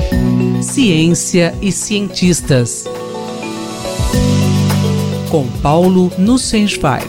Ciência e cientistas, com Paulo Nussensweig.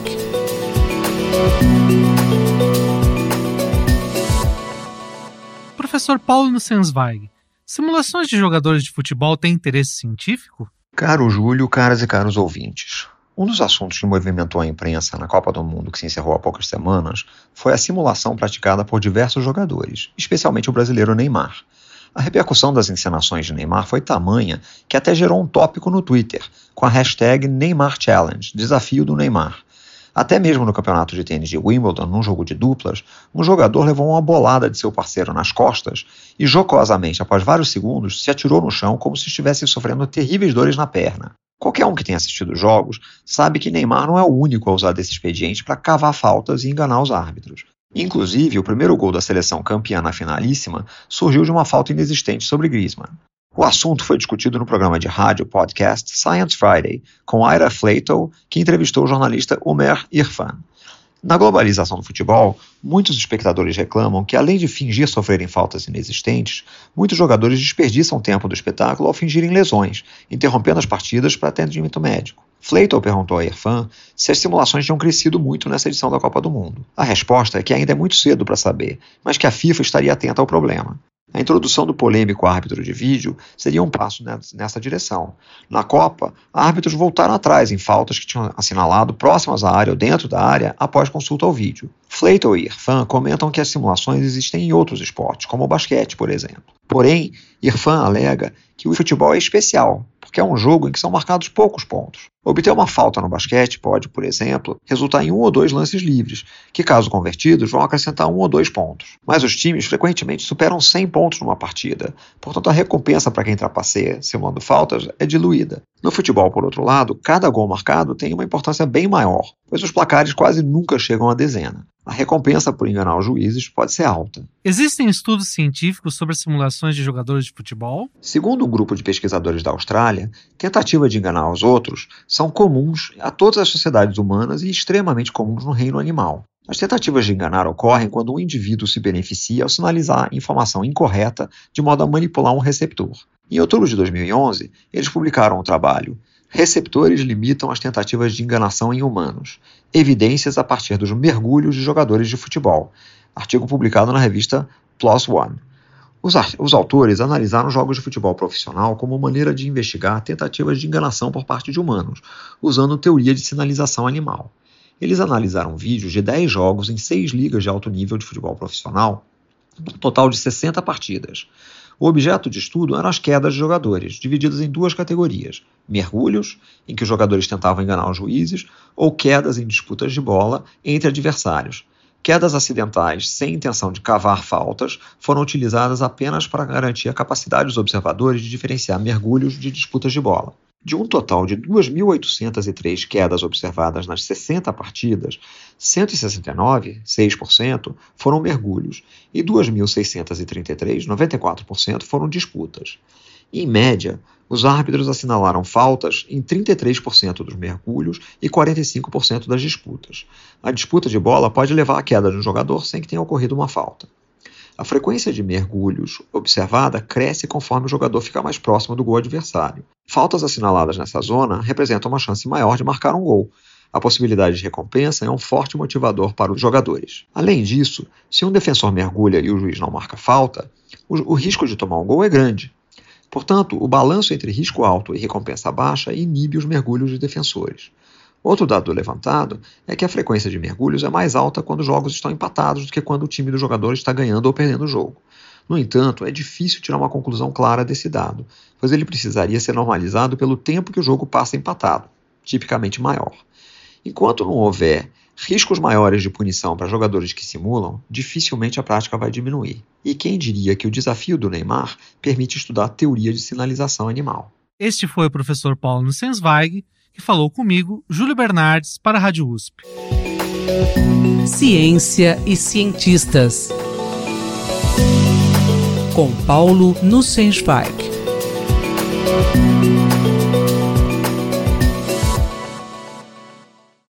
Professor Paulo Nussensweig, simulações de jogadores de futebol têm interesse científico? Caro Júlio, caras e caros ouvintes, um dos assuntos que movimentou a imprensa na Copa do Mundo, que se encerrou há poucas semanas, foi a simulação praticada por diversos jogadores, especialmente o brasileiro Neymar. A repercussão das encenações de Neymar foi tamanha que até gerou um tópico no Twitter, com a hashtag Neymar Challenge, desafio do Neymar. Até mesmo no campeonato de tênis de Wimbledon, num jogo de duplas, um jogador levou uma bolada de seu parceiro nas costas e, jocosamente, após vários segundos, se atirou no chão como se estivesse sofrendo terríveis dores na perna. Qualquer um que tenha assistido jogos sabe que Neymar não é o único a usar desse expediente para cavar faltas e enganar os árbitros. Inclusive, o primeiro gol da seleção campeã na finalíssima surgiu de uma falta inexistente sobre Griezmann. O assunto foi discutido no programa de rádio podcast Science Friday, com Ira Flatow, que entrevistou o jornalista Umer Irfan. Na globalização do futebol, muitos espectadores reclamam que, além de fingir sofrerem faltas inexistentes, muitos jogadores desperdiçam tempo do espetáculo ao fingirem lesões, interrompendo as partidas para atendimento médico. Flatow perguntou a Irfan se as simulações tinham crescido muito nessa edição da Copa do Mundo. A resposta é que ainda é muito cedo para saber, mas que a FIFA estaria atenta ao problema. A introdução do polêmico árbitro de vídeo seria um passo nessa direção. Na Copa, árbitros voltaram atrás em faltas que tinham assinalado próximas à área ou dentro da área após consulta ao vídeo. Flatow e Irfan comentam que as simulações existem em outros esportes, como o basquete, por exemplo. Porém, Irfan alega que o futebol é especial, porque é um jogo em que são marcados poucos pontos. Obter uma falta no basquete pode, por exemplo, resultar em 1 ou 2 lances livres, que, caso convertidos, vão acrescentar 1 ou 2 pontos. Mas os times frequentemente superam 100 pontos numa partida, portanto a recompensa para quem trapaceia simulando faltas é diluída. No futebol, por outro lado, cada gol marcado tem uma importância bem maior, pois os placares quase nunca chegam à dezena. A recompensa por enganar os juízes pode ser alta. Existem estudos científicos sobre simulações de jogadores de futebol? Segundo um grupo de pesquisadores da Austrália, tentativas de enganar os outros são comuns a todas as sociedades humanas e extremamente comuns no reino animal. As tentativas de enganar ocorrem quando um indivíduo se beneficia ao sinalizar informação incorreta de modo a manipular um receptor. Em outubro de 2011, eles publicaram o trabalho Receptores limitam as tentativas de enganação em humanos. Evidências a partir dos mergulhos de jogadores de futebol. Artigo publicado na revista PLOS ONE. Os autores analisaram jogos de futebol profissional como maneira de investigar tentativas de enganação por parte de humanos, usando teoria de sinalização animal. Eles analisaram vídeos de 10 jogos em 6 ligas de alto nível de futebol profissional, um total de 60 partidas. O objeto de estudo eram as quedas de jogadores, divididas em 2 categorias: mergulhos, em que os jogadores tentavam enganar os juízes, ou quedas em disputas de bola entre adversários. Quedas acidentais sem intenção de cavar faltas foram utilizadas apenas para garantir a capacidade dos observadores de diferenciar mergulhos de disputas de bola. De um total de 2.803 quedas observadas nas 60 partidas, 169, 6%, foram mergulhos e 2.633, 94%, foram disputas. Em média, os árbitros assinalaram faltas em 33% dos mergulhos e 45% das disputas. A disputa de bola pode levar à queda de um jogador sem que tenha ocorrido uma falta. A frequência de mergulhos observada cresce conforme o jogador fica mais próximo do gol adversário. Faltas assinaladas nessa zona representam uma chance maior de marcar um gol. A possibilidade de recompensa é um forte motivador para os jogadores. Além disso, se um defensor mergulha e o juiz não marca falta, o risco de tomar um gol é grande. Portanto, o balanço entre risco alto e recompensa baixa inibe os mergulhos de defensores. Outro dado levantado é que a frequência de mergulhos é mais alta quando os jogos estão empatados do que quando o time do jogador está ganhando ou perdendo o jogo. No entanto, é difícil tirar uma conclusão clara desse dado, pois ele precisaria ser normalizado pelo tempo que o jogo passa empatado, tipicamente maior. Enquanto não houver riscos maiores de punição para jogadores que simulam, dificilmente a prática vai diminuir. E quem diria que o desafio do Neymar permite estudar a teoria de sinalização animal? Este foi o professor Paulo Nussensweig, que falou comigo, Júlio Bernardes, para a Rádio USP. Ciência e cientistas, com Paulo Nussensweig.